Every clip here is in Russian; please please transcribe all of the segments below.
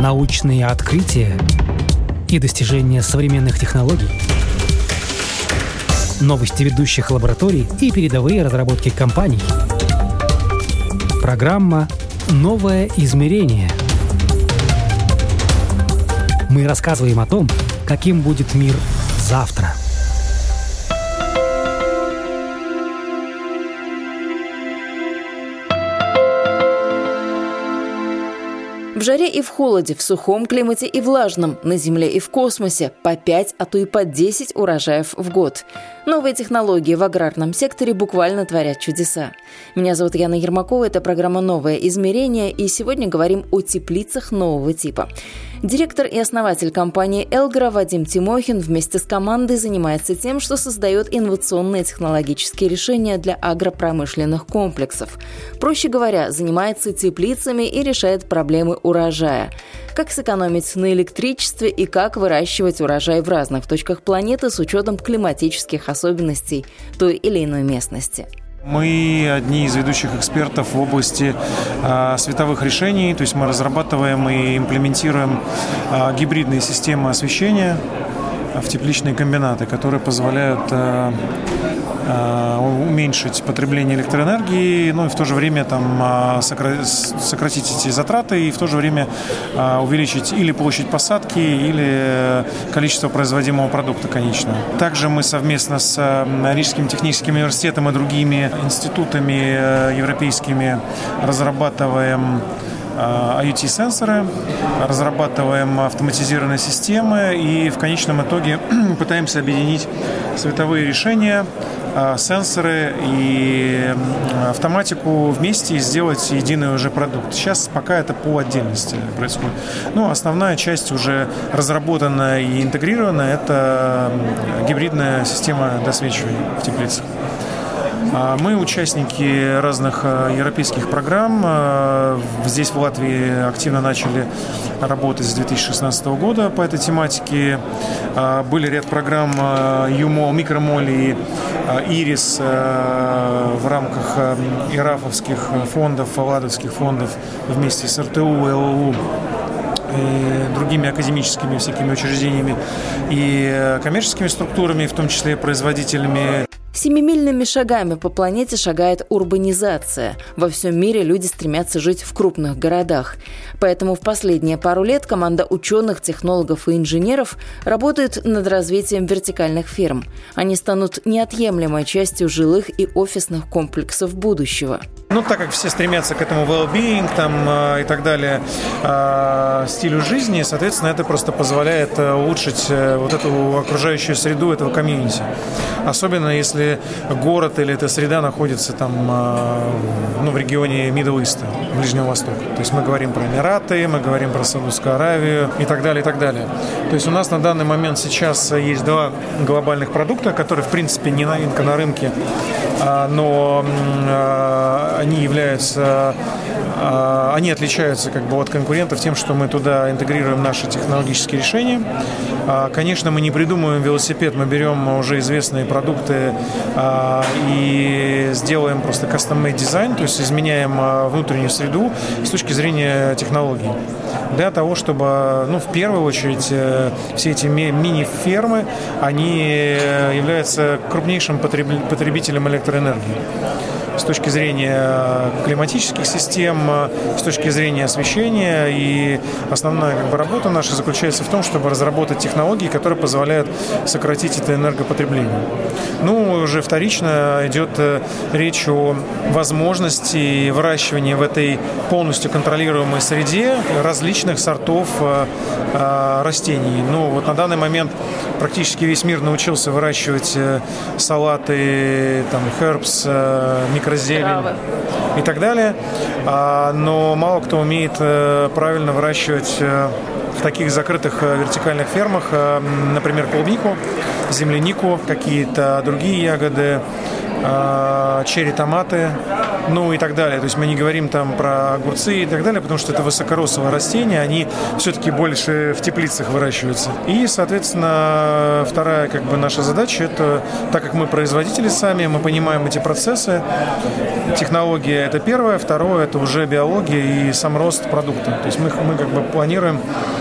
научные открытия и достижения современных технологий, новости ведущих лабораторий и передовые разработки компаний. Программа «Новое измерение». Мы рассказываем о том, каким будет мир завтра. В жаре и в холоде, в сухом климате и влажном, на Земле и в космосе по 5, а то и по 10 урожаев в год. Новые технологии в аграрном секторе буквально творят чудеса. Меня зовут Яна Ермакова, это программа «Новое измерение», и сегодня говорим о теплицах нового типа. Директор и основатель компании «Элгра» Вадим Тимохин вместе с командой занимается тем, что создает инновационные технологические решения для агропромышленных комплексов. Проще говоря, занимается теплицами и решает проблемы урожая. Как сэкономить на электричестве и как выращивать урожай в разных точках планеты с учетом климатических особенностей той или иной местности. Мы одни из ведущих экспертов в области световых решений, то есть мы разрабатываем и имплементируем гибридные системы освещения в тепличные комбинаты, которые позволяют уменьшить потребление электроэнергии, ну и в то же время сократить эти затраты и в то же время увеличить или площадь посадки, или количество производимого продукта конечного. Также мы совместно с Рижским техническим университетом и другими институтами европейскими разрабатываем IoT-сенсоры, разрабатываем автоматизированные системы и в конечном итоге пытаемся объединить световые решения, сенсоры и автоматику вместе и сделать единый уже продукт. Сейчас пока это по отдельности происходит. Но основная часть уже разработана и интегрирована. Это гибридная система досвечивания в теплицах. Мы участники разных европейских программ. Здесь, в Латвии, активно начали работать с 2016 года по этой тематике. Были ряд программ ЮМОЛ, Микромоль и ИРИС в рамках ИРАФовских фондов, ладовских фондов вместе с РТУ, ЛУ и другими академическими всякими учреждениями и коммерческими структурами, в том числе производителями. Семимильными шагами по планете шагает урбанизация. Во всем мире люди стремятся жить в крупных городах. Поэтому в последние пару лет команда ученых, технологов и инженеров работает над развитием вертикальных ферм. Они станут неотъемлемой частью жилых и офисных комплексов будущего. Так как все стремятся к этому well-being и так далее, стилю жизни, соответственно, это просто позволяет улучшить вот эту окружающую среду этого комьюнити. Особенно если город или эта среда находится в регионе Middle East, Ближнего Востока. То есть мы говорим про Эмираты, мы говорим про Саудовскую Аравию и так далее, и так далее. То есть у нас на данный момент сейчас есть два глобальных продукта, которые, в принципе, не новинка на рынке, но они отличаются от конкурентов тем, что мы туда интегрируем наши технологические решения. Конечно, мы не придумываем велосипед, мы берем уже известные продукты и сделаем просто custom-made дизайн, то есть изменяем внутреннюю среду с точки зрения технологий. Для того, чтобы, в первую очередь, все эти мини-фермы, они являются крупнейшим потребителем электроэнергии. С точки зрения климатических систем, с точки зрения освещения. И основная работа наша заключается в том, чтобы разработать технологии, которые позволяют сократить это энергопотребление. Уже вторично идет речь о возможности выращивания в этой полностью контролируемой среде различных сортов растений. На данный момент практически весь мир научился выращивать салаты, herbs, микрозелень и так далее, но мало кто умеет правильно выращивать в таких закрытых вертикальных фермах, например, клубнику, землянику, какие-то другие ягоды, черри-томаты ну и так далее. То есть мы не говорим там про огурцы и так далее, потому что это высокорослые растения, они все-таки больше в теплицах выращиваются. И, соответственно, вторая как бы наша задача, это, так как мы производители сами, мы понимаем эти процессы, технология – это первое, второе – это уже биология и сам рост продукта. То есть мы как бы планируем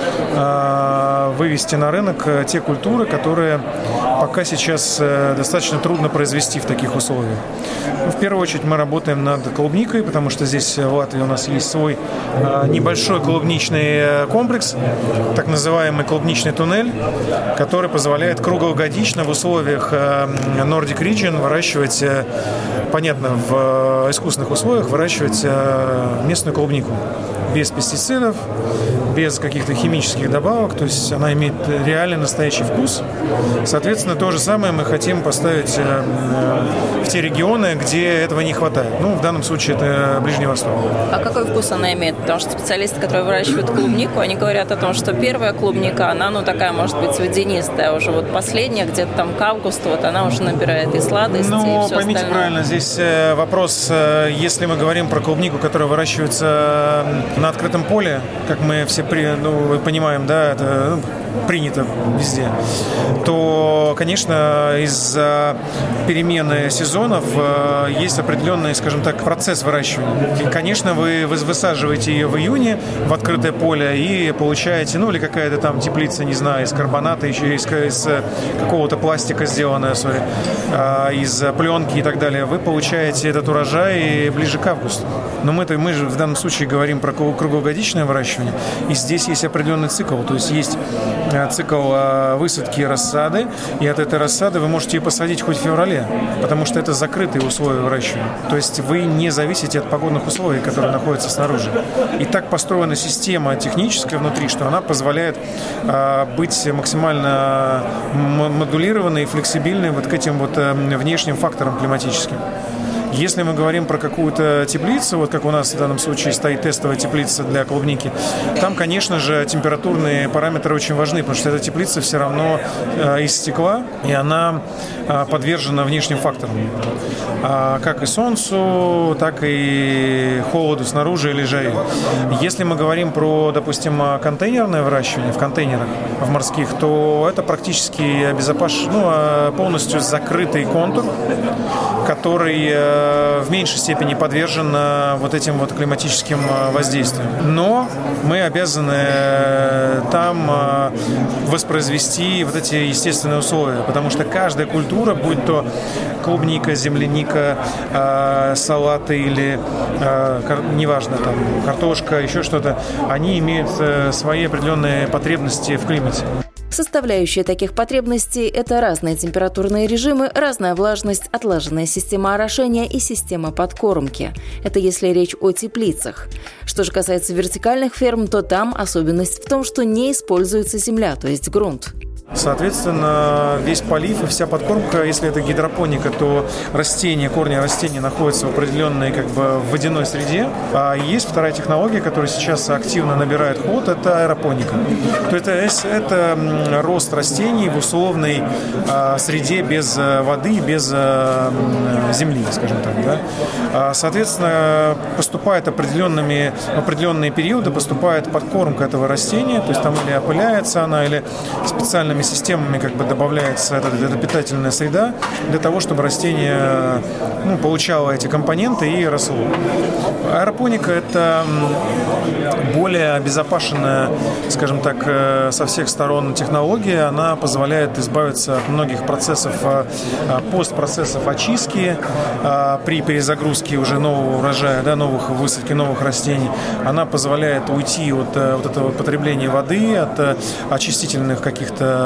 вывести на рынок те культуры, которые пока сейчас достаточно трудно произвести в таких условиях. В первую очередь мы работаем над клубникой, потому что здесь в Латвии у нас есть свой небольшой клубничный комплекс, так называемый клубничный туннель, который позволяет круглогодично в условиях Nordic Region выращивать, понятно, в искусственных условиях выращивать местную клубнику. Без пестицидов, без каких-то химических добавок, то есть она имеет реальный настоящий вкус. Соответственно, то же самое мы хотим поставить в те регионы, где этого не хватает. Ну, в данном случае это Ближний Восток. А какой вкус она имеет? Потому что специалисты, которые выращивают клубнику, они говорят о том, что первая клубника, она, ну, такая, может быть, водянистая, а уже вот последняя, где-то там к августу, вот она уже набирает и сладости, и все поймите остальное. правильно, здесь вопрос, если мы говорим про клубнику, которая выращивается на открытом поле, как мы все понимаем, да, это принято везде, то, конечно, из-за перемены сезонов есть определенный, скажем так, процесс выращивания. И, конечно, вы высаживаете ее в июне в открытое поле и получаете, ну, или какая-то там теплица, не знаю, из карбоната, еще из какого-то пластика сделанная, из пленки и так далее. Вы получаете этот урожай ближе к августу. Но мы же в данном случае говорим про круглогодичное выращивание, и здесь есть определенный цикл, то есть есть цикл высадки и рассады, и от этой рассады вы можете ее посадить хоть в феврале, потому что это закрытые условия выращивания. То есть вы не зависите от погодных условий, которые находятся снаружи. И так построена система техническая внутри, что она позволяет быть максимально модулированной и флексибильной вот к этим вот внешним факторам климатическим. Если мы говорим про какую-то теплицу, вот как у нас в данном случае стоит тестовая теплица для клубники, там, конечно же, температурные параметры очень важны, потому что эта теплица все равно из стекла, и она подвержена внешним факторам. Как и солнцу, так и холоду снаружи или жаре. Если мы говорим про, допустим, контейнерное выращивание в контейнерах, в морских, то это практически полностью закрытый контур, который в меньшей степени подвержен вот этим вот климатическим воздействиям. Но мы обязаны там воспроизвести вот эти естественные условия, потому что каждая культура, будь то клубника, земляника, салаты или, неважно, там, картошка, еще что-то, они имеют свои определенные потребности в климате. Составляющие таких потребностей – это разные температурные режимы, разная влажность, отлаженная система орошения и система подкормки. Это если речь о теплицах. Что же касается вертикальных ферм, то там особенность в том, что не используется земля, то есть грунт. Соответственно, весь полив и вся подкормка, если это гидропоника, то корни растений находятся в определенной водяной среде. А есть вторая технология, которая сейчас активно набирает ход, это аэропоника. То есть это рост растений в условной среде без воды, без земли, скажем так. Да? Соответственно, поступает в определенные периоды поступает подкормка этого растения, то есть там или опыляется она, или специальными системами добавляется эта питательная среда для того, чтобы растение получало эти компоненты и росло. Аэропоника – это более обезопасенная, скажем так, со всех сторон технология. Она позволяет избавиться от многих процессов, постпроцессов очистки при перезагрузке уже нового урожая, новых высадки новых растений. Она позволяет уйти от этого потребления воды, от очистительных каких-то,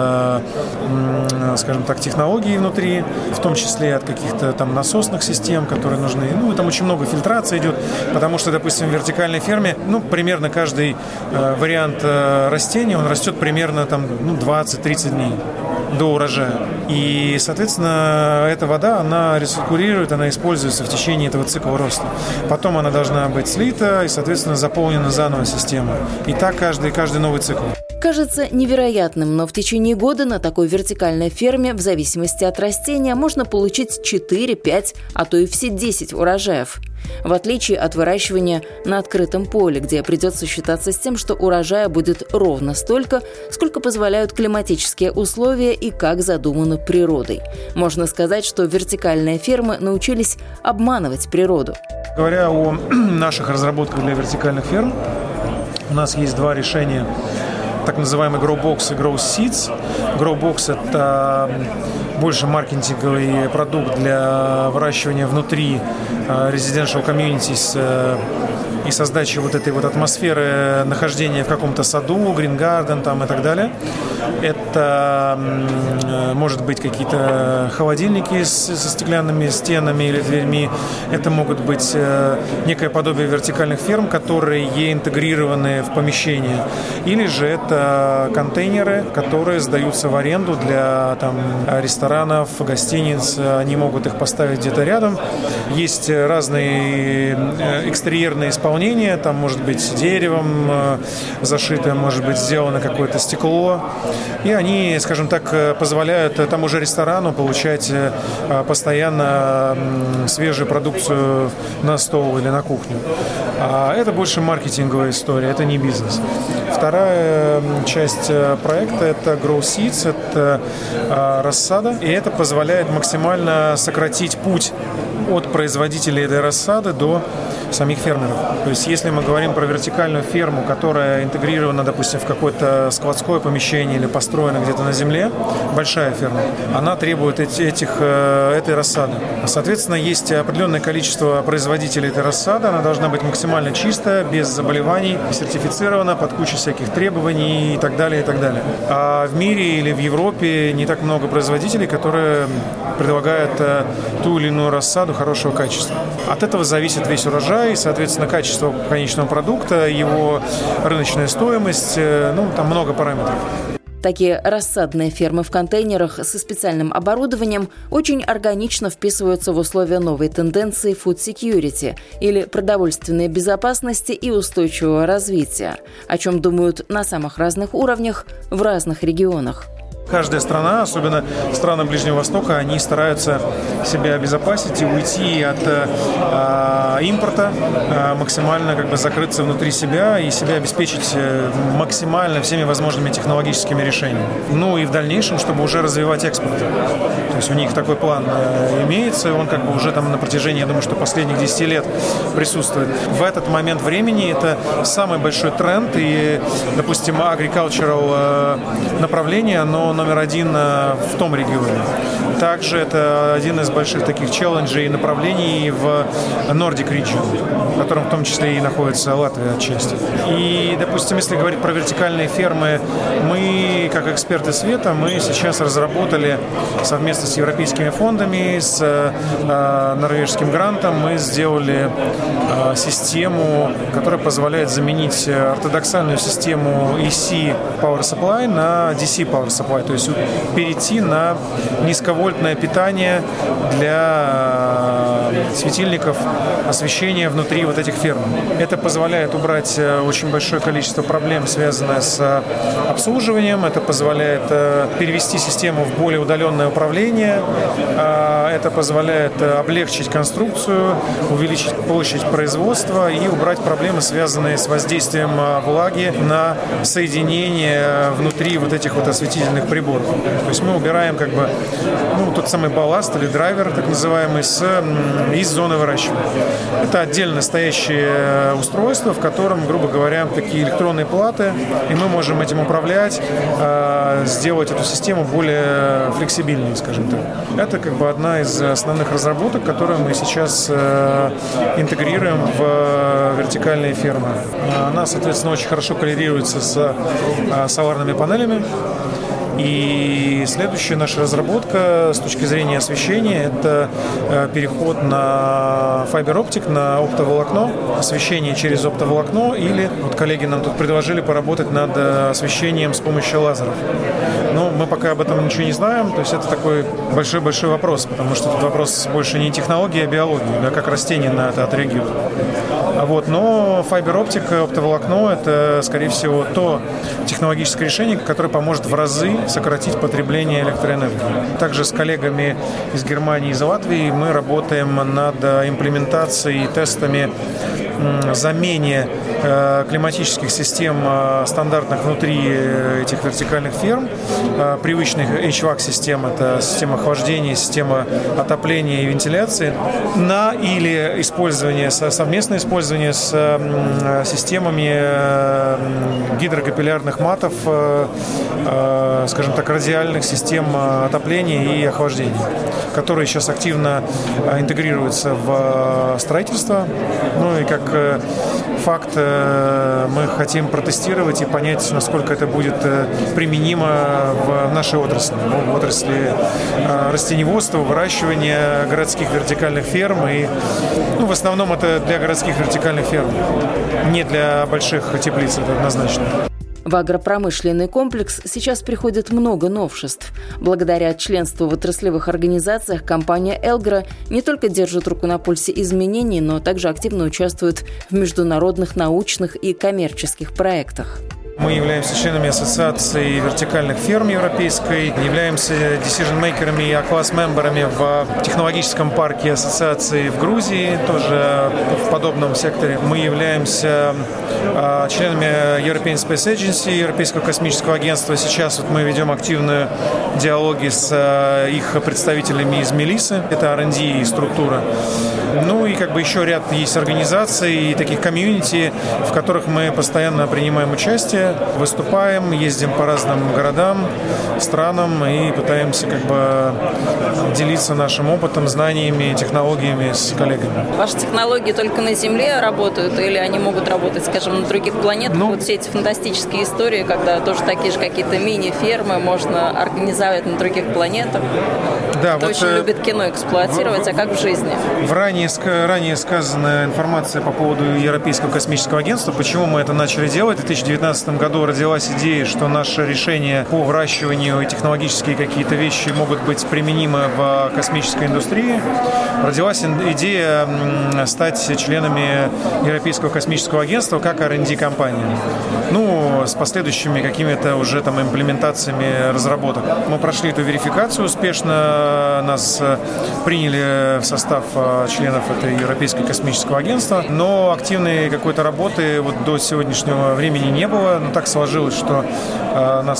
скажем так, технологий внутри, в том числе от каких-то там насосных систем, которые нужны. Там очень много фильтрации идет, потому что, допустим, в вертикальной ферме, примерно каждый вариант растения, он растет примерно 20-30 дней до урожая. И, соответственно, эта вода, она рециркулирует, она используется в течение этого цикла роста. Потом она должна быть слита и, соответственно, заполнена заново система. И так каждый новый цикл. Кажется невероятным, но в течение года на такой вертикальной ферме, в зависимости от растения, можно получить 4, 5, а то и все 10 урожаев. В отличие от выращивания на открытом поле, где придется считаться с тем, что урожая будет ровно столько, сколько позволяют климатические условия и как задумано природой. Можно сказать, что вертикальные фермы научились обманывать природу. Говоря о наших разработках для вертикальных ферм, у нас есть два решения. Так называемый Growbox и Growseeds. Growbox – это больше маркетинговый продукт для выращивания внутри residential communities и создачи вот этой вот атмосферы нахождения в каком-то саду, Green Garden там и так далее. Это может быть какие-то холодильники со стеклянными стенами или дверьми. Это могут быть некое подобие вертикальных ферм, которые интегрированы в помещение. Или же это контейнеры, которые сдаются в аренду для ресторанов, гостиниц. Они могут их поставить где-то рядом. Есть разные экстерьерные исполнения. Там может быть деревом зашито, может быть сделано какое-то стекло. И они, скажем так, позволяют тому же ресторану получать постоянно свежую продукцию на стол или на кухню. А это больше маркетинговая история, это не бизнес. Вторая часть проекта – это Growseeds, это рассада. И это позволяет максимально сократить путь от производителя этой рассады до самих фермеров. То есть, если мы говорим про вертикальную ферму, которая интегрирована, допустим, в какое-то складское помещение или построена где-то на земле, большая ферма, она требует этой рассады. Соответственно, есть определенное количество производителей этой рассады, она должна быть максимально чистая, без заболеваний, сертифицирована под кучей всяких требований и так далее, и так далее. А в мире или в Европе не так много производителей, которые предлагают ту или иную рассаду хорошего качества. От этого зависит весь урожай, и, соответственно, качество конечного продукта, его рыночная стоимость, там много параметров. Такие рассадные фермы в контейнерах со специальным оборудованием очень органично вписываются в условия новой тенденции food security или продовольственной безопасности и устойчивого развития, о чем думают на самых разных уровнях в разных регионах. Каждая страна, особенно страны Ближнего Востока, они стараются себя обезопасить и уйти от импорта, максимально закрыться внутри себя и себя обеспечить максимально всеми возможными технологическими решениями. Ну и в дальнейшем, чтобы уже развивать экспорт. То есть у них такой план имеется, он уже на протяжении, я думаю, что последних 10 лет присутствует. В этот момент времени это самый большой тренд, и, допустим, agricultural направление, оно номер один в том регионе. Также это один из больших таких челленджей и направлений в Nordic Region, в котором в том числе и находится Латвия отчасти. И, допустим, если говорить про вертикальные фермы, мы, как эксперты света, мы сейчас разработали совместно с европейскими фондами, с норвежским грантом, мы сделали систему, которая позволяет заменить ортодоксальную систему AC Power Supply на DC Power Supply, то есть перейти на низковольтное питание для светильников, освещения внутри вот этих ферм. Это позволяет убрать очень большое количество проблем, связанных с обслуживанием, это позволяет перевести систему в более удаленное управление, это позволяет облегчить конструкцию, увеличить площадь производства и убрать проблемы, связанные с воздействием влаги на соединение внутри вот этих вот осветительных приборов. То есть мы убираем тот самый балласт или драйвер, так называемый, из зоны выращивания. Это отдельно стоящее устройство, в котором, грубо говоря, такие электронные платы, и мы можем этим управлять, сделать эту систему более флексибильной, скажем так. Это одна из основных разработок, которую мы сейчас интегрируем в вертикальные фермы. Она, соответственно, очень хорошо коррелируется с соларными панелями. И следующая наша разработка с точки зрения освещения – это переход на файбер-оптик, на оптоволокно, освещение через оптоволокно, или вот коллеги нам тут предложили поработать над освещением с помощью лазеров. Но мы пока об этом ничего не знаем, то есть это такой большой-большой вопрос, потому что этот вопрос больше не технологии, а биологии, да, как растения на это отреагируют. Но файбер-оптика, оптоволокно – это, скорее всего, то технологическое решение, которое поможет в разы сократить потребление электроэнергии. Также с коллегами из Германии и из Латвии мы работаем над имплементацией и тестами замене климатических систем стандартных внутри этих вертикальных ферм, привычных HVAC-систем, это система охлаждения, система отопления и вентиляции, на или использование, совместное использование с системами гидрокапиллярных матов, скажем так, радиальных систем отопления и охлаждения, которые сейчас активно интегрируются в строительство. И как факт мы хотим протестировать и понять, насколько это будет применимо в нашей отрасли, в отрасли растениеводства, выращивания городских вертикальных ферм. И в основном это для городских вертикальных ферм, не для больших теплиц, это однозначно. В агропромышленный комплекс сейчас приходит много новшеств. Благодаря членству в отраслевых организациях компания «Элгра» не только держит руку на пульсе изменений, но также активно участвует в международных научных и коммерческих проектах. Мы являемся членами Ассоциации вертикальных ферм европейской, являемся decision-мейкерами и класс-мемберами в технологическом парке Ассоциации в Грузии, тоже в подобном секторе. Мы являемся членами European Space Agency, Европейского космического агентства. Сейчас мы ведем активные диалоги с их представителями из Мелисы, это R&D структура. И еще ряд есть организаций и таких комьюнити, в которых мы постоянно принимаем участие, выступаем, ездим по разным городам, странам и пытаемся делиться нашим опытом, знаниями, технологиями с коллегами. Ваши технологии только на Земле работают или они могут работать, скажем, на других планетах? Все эти фантастические истории, когда тоже такие же какие-то мини-фермы можно организовать на других планетах. Да, Кто очень любит кино эксплуатировать, а как в жизни? Ранее сказанная информация по поводу Европейского космического агентства, почему мы это начали делать. В 2019 году родилась идея, что наше решение по выращиванию и технологические какие-то вещи могут быть применимы в космической индустрии. Родилась идея стать членами Европейского космического агентства как R&D-компания. С последующими какими-то уже имплементациями разработок. Мы прошли эту верификацию успешно, нас приняли в состав членов этой Европейского космического агентства, но активной какой-то работы до сегодняшнего времени не было. Так сложилось, что нас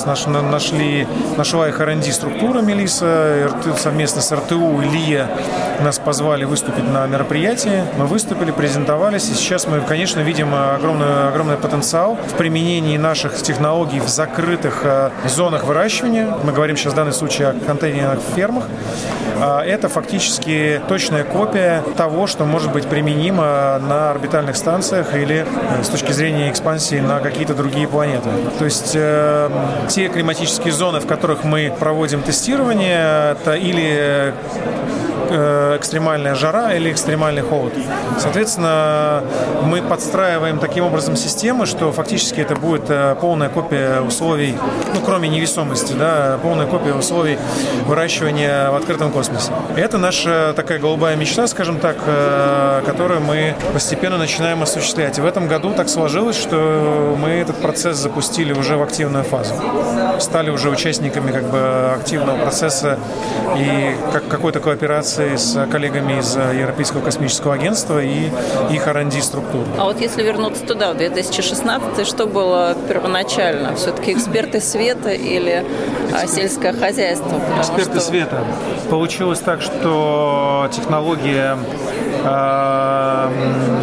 нашла их R&D структура Мелиса, совместно с РТУ и ЛИА нас позвали выступить на мероприятии. Мы выступили, презентовались, и сейчас мы, конечно, видим огромный потенциал в применении наших технологий в закрытых зонах выращивания. Мы говорим сейчас в данном случае о контейнерных фермах. Это фактически точная копия того, что может быть применимо на орбитальных станциях или с точки зрения экспансии на какие-то другие планеты. То есть те климатические зоны, в которых мы проводим тестирование, это или экстремальная жара или экстремальный холод. Соответственно, мы подстраиваем таким образом системы, что фактически это будет полная копия условий, кроме невесомости, полная копия условий выращивания в открытом космосе. Это наша такая голубая мечта, скажем так, которую мы постепенно начинаем осуществлять. И в этом году так сложилось, что мы этот процесс запустили уже в активную фазу. Стали уже участниками активного процесса и какой-то кооперации с коллегами из Европейского космического агентства и их R&D структуры. А если вернуться туда, в 2016, что было первоначально? Все-таки эксперты света или сельское хозяйство? Эксперты света. Получилось так, что технология, мы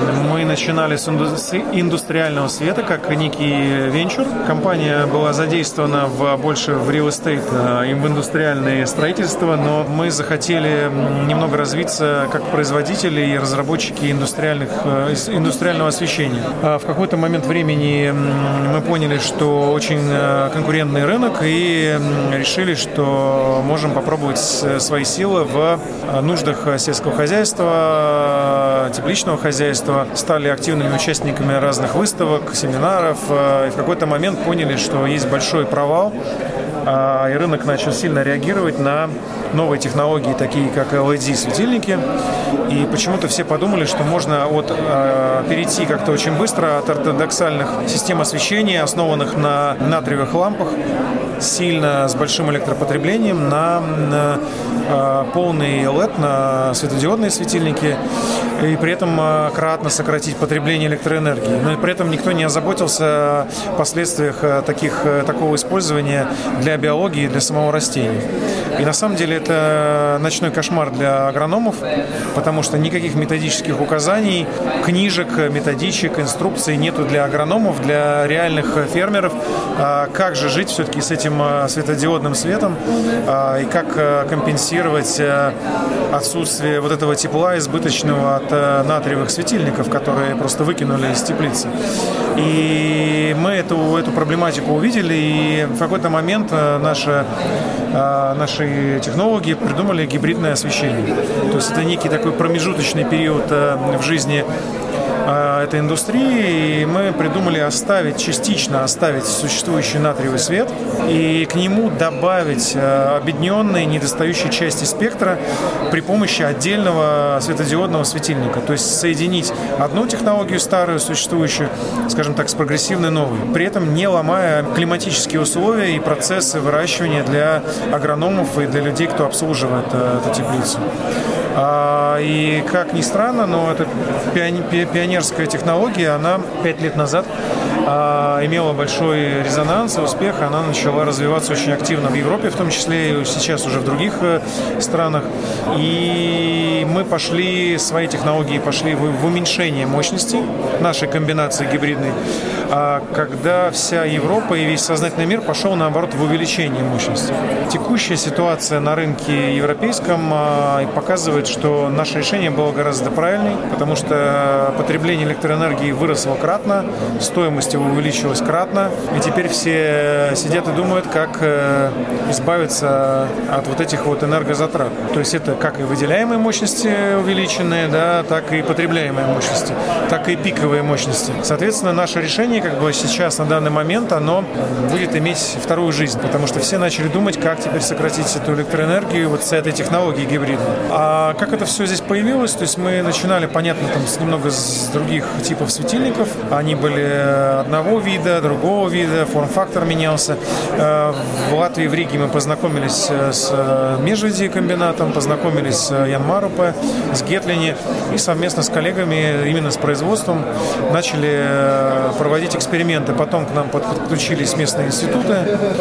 мы начинали с индустриального света, как некий венчур. Компания была задействована больше в real estate и в индустриальное строительство, но мы захотели немного развиться как производители и разработчики индустриального освещения. В какой-то момент времени мы поняли, что очень конкурентный рынок, и решили, что можем попробовать свои силы в нуждах сельского хозяйства, тепличного хозяйства. Стали активными участниками разных выставок, семинаров, и в какой-то момент поняли, что есть большой провал, и рынок начал сильно реагировать на новые технологии, такие как LED-светильники. И почему-то все подумали, что можно перейти как-то очень быстро от ортодоксальных систем освещения, основанных на натриевых лампах, сильно с большим электропотреблением, на полный LED, на светодиодные светильники, и при этом кратно сократить потребление электроэнергии. Но при этом никто не озаботился о последствиях такого использования для биологии, для самого растения. И на самом деле это ночной кошмар для агрономов, потому что никаких методических указаний, книжек, методичек, инструкций нету для агрономов, для реальных фермеров, как же жить все-таки с этим светодиодным светом и как компенсировать отсутствие вот этого тепла избыточного от натриевых светильников, которые просто выкинули из теплицы. И мы эту проблематику увидели, и в какой-то момент наши технологи придумали гибридное освещение. То есть это некий такой промежуточный период в жизни этой индустрии, и мы придумали частично оставить существующий натриевый свет и к нему добавить объединенные недостающие части спектра при помощи отдельного светодиодного светильника. То есть соединить одну технологию старую, существующую, скажем так, с прогрессивной новой, при этом не ломая климатические условия и процессы выращивания для агрономов и для людей, кто обслуживает эту теплицу. И как ни странно, но эта пионерская технология, она 5 лет назад имела большой резонанс и успех. Она начала развиваться очень активно в Европе, в том числе и сейчас уже в других странах. И мы свои технологии пошли в уменьшение мощности нашей комбинации гибридной, когда вся Европа и весь сознательный мир пошел, наоборот, в увеличение мощности. Текущая ситуация на рынке европейском показывает, что наше решение было гораздо правильнее, потому что потребление электроэнергии выросло кратно, стоимость его увеличилась кратно, и теперь все сидят и думают, как избавиться от вот этих вот энергозатрат. То есть это как и выделяемые мощности увеличенные, да, так и потребляемые мощности, так и пиковые мощности. Соответственно, наше решение сейчас, на данный момент, оно будет иметь вторую жизнь, потому что все начали думать, как теперь сократить эту электроэнергию вот с этой технологией гибридной. А как это все здесь появилось? То есть мы начинали, понятно, немного с других типов светильников. Они были одного вида, другого вида, форм-фактор менялся. В Латвии, в Риге мы познакомились с Межведи комбинатом, познакомились с Янмарупе, с Гетлини, и совместно с коллегами, именно с производством, начали проводить эксперименты. Потом к нам подключились местные институты,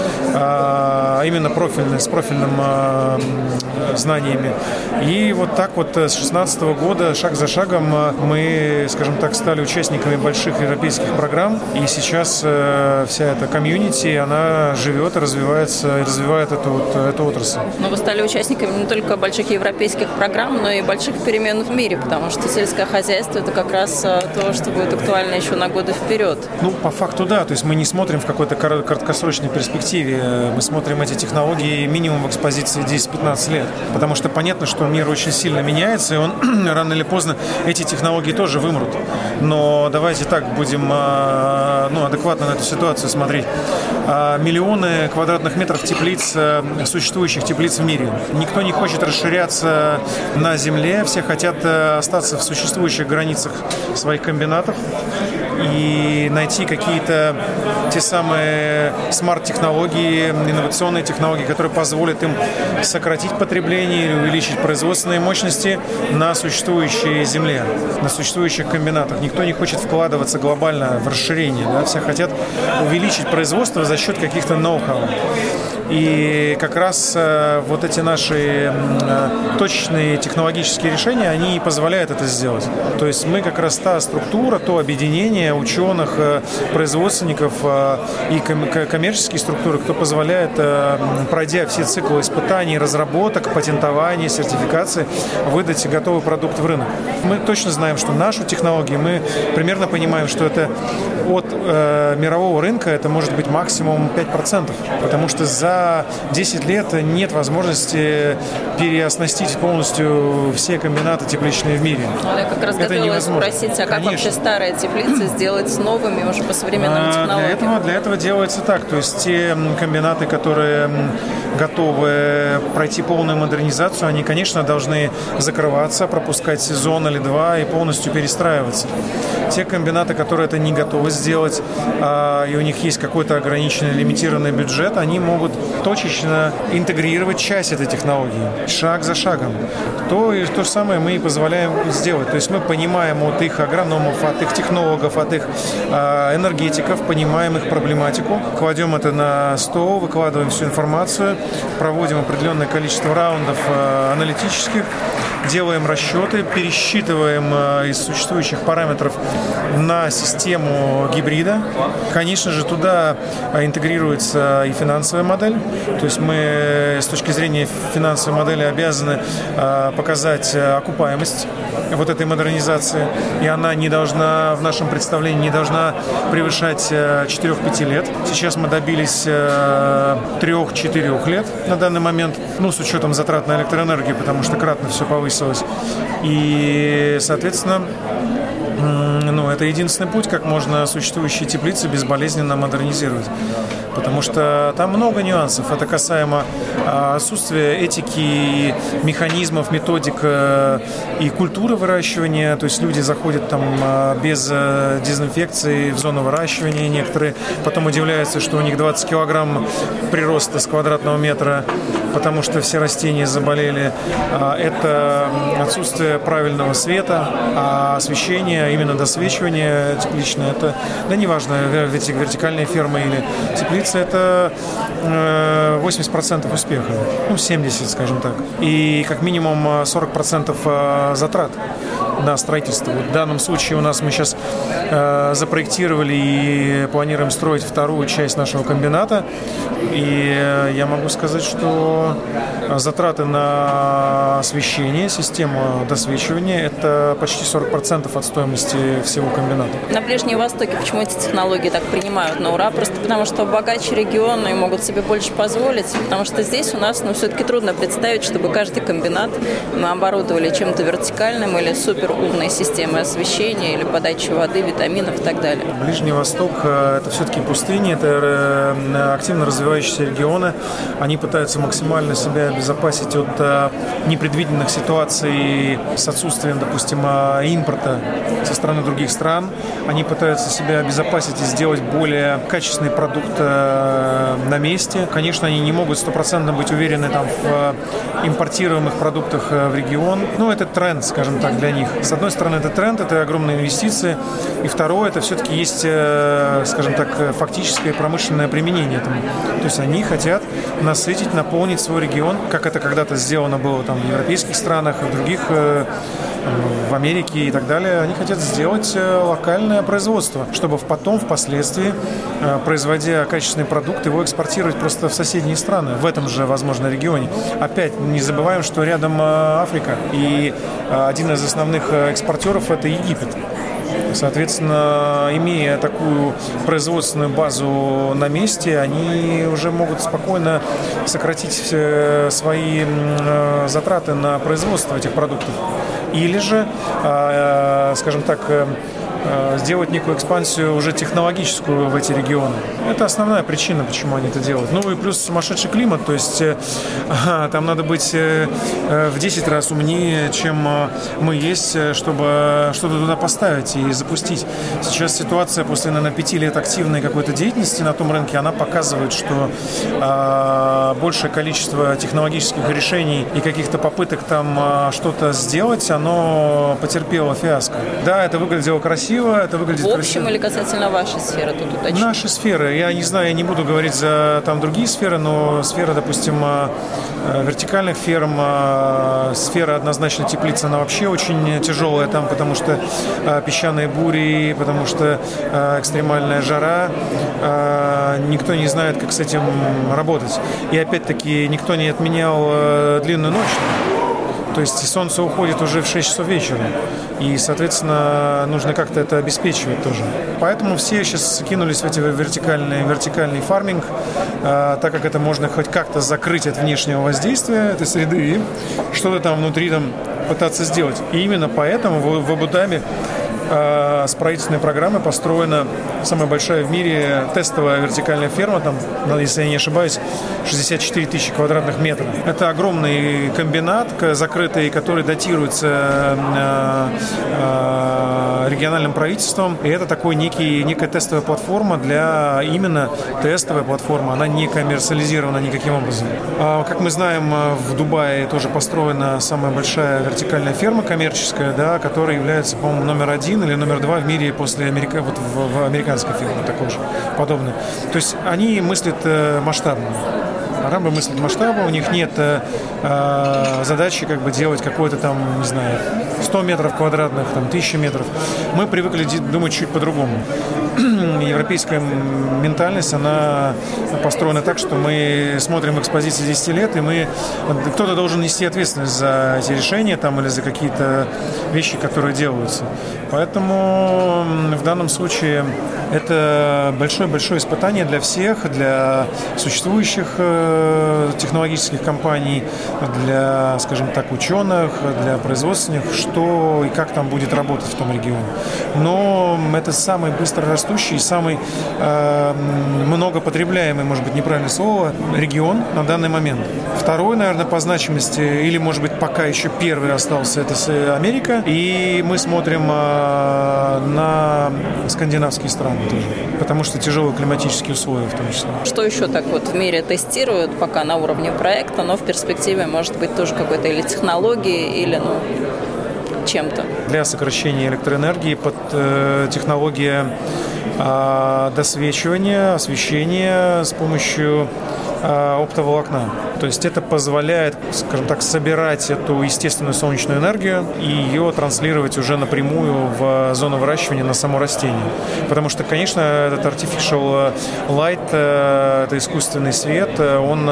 именно с профильным знаниями. И вот так вот с 2016 года, шаг за шагом, мы, скажем так, стали участниками больших европейских программ. И сейчас вся эта комьюнити, она живет и развивается, и развивает эту отрасль. Но вы стали участниками не только больших европейских программ, но и больших перемен в мире, потому что сельское хозяйство – это как раз то, что будет актуально еще на годы вперед. По факту, да. То есть мы не смотрим в какой-то краткосрочной перспективе. Мы смотрим эти технологии минимум в экспозиции 10-15 лет. Потому что понятно, что мир очень сильно меняется, и он рано или поздно, эти технологии тоже вымрут. Но давайте так будем адекватно на эту ситуацию смотреть. Миллионы квадратных метров теплиц, существующих теплиц в мире. Никто не хочет расширяться на земле, все хотят остаться в существующих границах своих комбинатов и найти какие-то те самые смарт-технологии, инновационные технологии, которые позволят им сократить потребление или увеличить производственные мощности на существующей земле, на существующих комбинатах. Никто не хочет вкладываться глобально в расширение. Да? Все хотят увеличить производство за счет каких-то ноу-хау. И как раз вот эти наши точечные технологические решения, они позволяют это сделать. То есть мы как раз та структура, то объединение ученых, производственников и коммерческие структуры, кто позволяет, пройдя все циклы испытаний, разработок, патентования, сертификации, выдать готовый продукт в рынок. Мы точно знаем, что нашу технологию, мы примерно понимаем, что это от мирового рынка это может быть максимум 5%, потому что за 10 лет нет возможности переоснастить полностью все комбинаты тепличные в мире. Я как раз готовилась спросить, а как вообще старые теплицы сделать с новыми уже по современным технологиям? Для этого делается так, то есть те комбинаты, которые готовы пройти полную модернизацию, они, конечно, должны закрываться, пропускать сезон или два и полностью перестраиваться. Те комбинаты, которые это не готовы сделать, и у них есть какой-то ограниченный, лимитированный бюджет, они могут точечно интегрировать часть этой технологии, шаг за шагом. То же самое мы и позволяем сделать. То есть мы понимаем от их агрономов, от их технологов, от их энергетиков, понимаем их проблематику, кладем это на стол, выкладываем всю информацию, проводим определенное количество раундов аналитических, делаем расчеты, пересчитываем из существующих параметров на систему гибрида. Конечно же, туда интегрируется и финансовая модель. То есть мы с точки зрения финансовой модели обязаны показать окупаемость вот этой модернизации. И она не должна, в нашем представлении, не должна превышать 4-5 лет. Сейчас мы добились 3-4 лет на данный момент, с учетом затрат на электроэнергию, потому что кратно все повысилось. И, соответственно, это единственный путь, как можно существующие теплицы безболезненно модернизировать. Потому что там много нюансов. Это касаемо отсутствия этики, механизмов, методик и культуры выращивания. То есть люди заходят там без дезинфекции в зону выращивания. Некоторые потом удивляются, что у них 20 килограмм прироста с квадратного метра, потому что все растения заболели. Это отсутствие правильного света, освещения, именно досвечивание тепличное. Это, неважно, вертикальные фермы или теплицы, это 80% успеха, 70%, скажем так. И как минимум 40% затрат на строительство. В данном случае мы сейчас запроектировали и планируем строить вторую часть нашего комбината. И я могу сказать, что затраты на освещение, систему досвечивания – это почти 40% от стоимости всего комбината. На Ближнем Востоке почему эти технологии так принимают на ура? Просто потому что богаче регионы могут себе больше позволить. Потому что здесь у нас все-таки трудно представить, чтобы каждый комбинат мы оборудовали чем-то вертикальным или супер умной системой освещения или подачи воды, витаминов и так далее. Ближний Восток – это все-таки пустыни, это активно развивающиеся регионы. Они пытаются максимально себя обезопасить от непредвиденных ситуаций с отсутствием, допустим, импорта со стороны других стран. Они пытаются себя обезопасить и сделать более качественный продукт на месте. Конечно, они не могут стопроцентно быть уверены в импортируемых продуктах в регион. Это тренд, скажем так, для них. С одной стороны, это тренд, это огромные инвестиции. И второе, это все-таки есть, скажем так, фактическое промышленное применение этому. То есть они хотят насытить, наполнить свой регион, как это когда-то сделано было в европейских странах, в других, в Америке и так далее. Они хотят сделать локальное производство, чтобы потом, впоследствии, производя качественный продукт, его экспортировать просто в соседние страны, в этом же, возможно, регионе. Опять, не забываем, что рядом Африка, и один из основных экспортеров – это Египет. Соответственно, имея такую производственную базу на месте, они уже могут спокойно сократить свои затраты на производство этих продуктов. Или же, скажем так, сделать некую экспансию уже технологическую в эти регионы. Это основная причина, почему они это делают. И плюс сумасшедший климат, то есть там надо быть в 10 раз умнее, чем мы есть, чтобы что-то туда поставить и запустить. Сейчас ситуация после, 5 лет активной какой-то деятельности на том рынке, она показывает, что большее количество технологических решений и каких-то попыток там что-то сделать, оно потерпело фиаско. Да, это выглядело красиво, красиво, это выглядит красиво. В общем или касательно вашей сферы тут уточню? Наши сферы. Я не знаю, я не буду говорить за там другие сферы, но сфера, допустим, вертикальных ферм, сфера однозначно теплиц, она вообще очень тяжелая там, потому что песчаные бури, потому что экстремальная жара. Никто не знает, как с этим работать. И опять-таки никто не отменял длинную ночь. То есть солнце уходит уже в 6 часов вечера. И, соответственно, нужно как-то это обеспечивать тоже. Поэтому все сейчас кинулись в эти вертикальный фарминг, так как это можно хоть как-то закрыть от внешнего воздействия этой среды и что-то там внутри там пытаться сделать. И именно поэтому в Абу-Даби с правительственной программой построена самая большая в мире тестовая вертикальная ферма, там, если я не ошибаюсь, 64 тысячи квадратных метров. Это огромный комбинат закрытый, который датируется региональным правительством. И это такой некая тестовая платформа для именно тестовая платформа. Она не коммерциализирована никаким образом. Как мы знаем, в Дубае тоже построена самая большая вертикальная ферма коммерческая, да, которая является, по-моему, номер 1 или номер 2 в мире после вот в американской фирме такой же подобный. То есть они мыслят масштабно. Арабы мыслят масштабно, у них нет задачи как бы делать какой-то там, не знаю, 100 метров квадратных, там, 1000 метров. Мы привыкли думать чуть по-другому. Европейская ментальность, она построена так, что мы смотрим в экспозиции 10 лет, и кто-то должен нести ответственность за эти решения там, или за какие-то вещи, которые делаются. Поэтому в данном случае это большое-большое испытание для всех, для существующих технологических компаний, для, скажем так, ученых, для производственных, что и как там будет работать в том регионе. Но это самый быстро растущий, самый много потребляемый, может быть, неправильное слово, регион на данный момент. Второй, наверное, по значимости, или, может быть, пока еще первый остался, это Америка. И мы смотрим на скандинавские страны тоже, потому что тяжелые климатические условия в том числе. Что еще так вот в мире тестируют пока на уровне проекта, но в перспективе может быть тоже какой-то или технологии, или чем-то? Для сокращения электроэнергии под технология досвечивания, освещения с помощью оптоволокна. То есть это позволяет, скажем так, собирать эту естественную солнечную энергию и ее транслировать уже напрямую в зону выращивания на само растение. Потому что, конечно, этот artificial light, это искусственный свет, он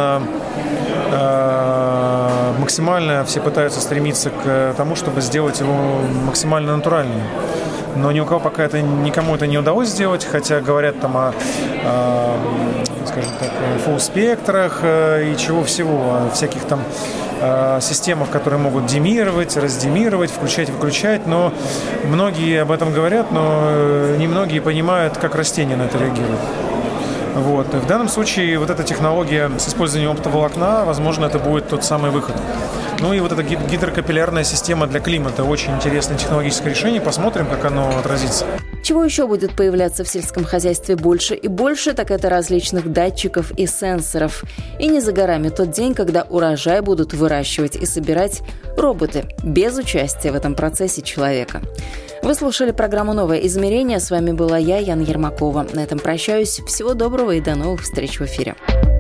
максимально все пытаются стремиться к тому, чтобы сделать его максимально натуральным. Но ни у кого пока никому это не удалось сделать, хотя говорят там о скажем так, фулл-спектрах и чего всего, о всяких там системах, которые могут демировать, раздемировать, включать, выключать, но многие об этом говорят, но немногие понимают, как растения на это реагируют. Вот. В данном случае вот эта технология с использованием оптоволокна, возможно, это будет тот самый выход. Ну и вот эта гидрокапиллярная система для климата. Очень интересное технологическое решение. Посмотрим, как оно отразится. Чего еще будет появляться в сельском хозяйстве больше и больше, так это различных датчиков и сенсоров. И не за горами тот день, когда урожай будут выращивать и собирать роботы, без участия в этом процессе человека. Вы слушали программу «Новое измерение». С вами была я, Яна Ермакова. На этом прощаюсь. Всего доброго и до новых встреч в эфире.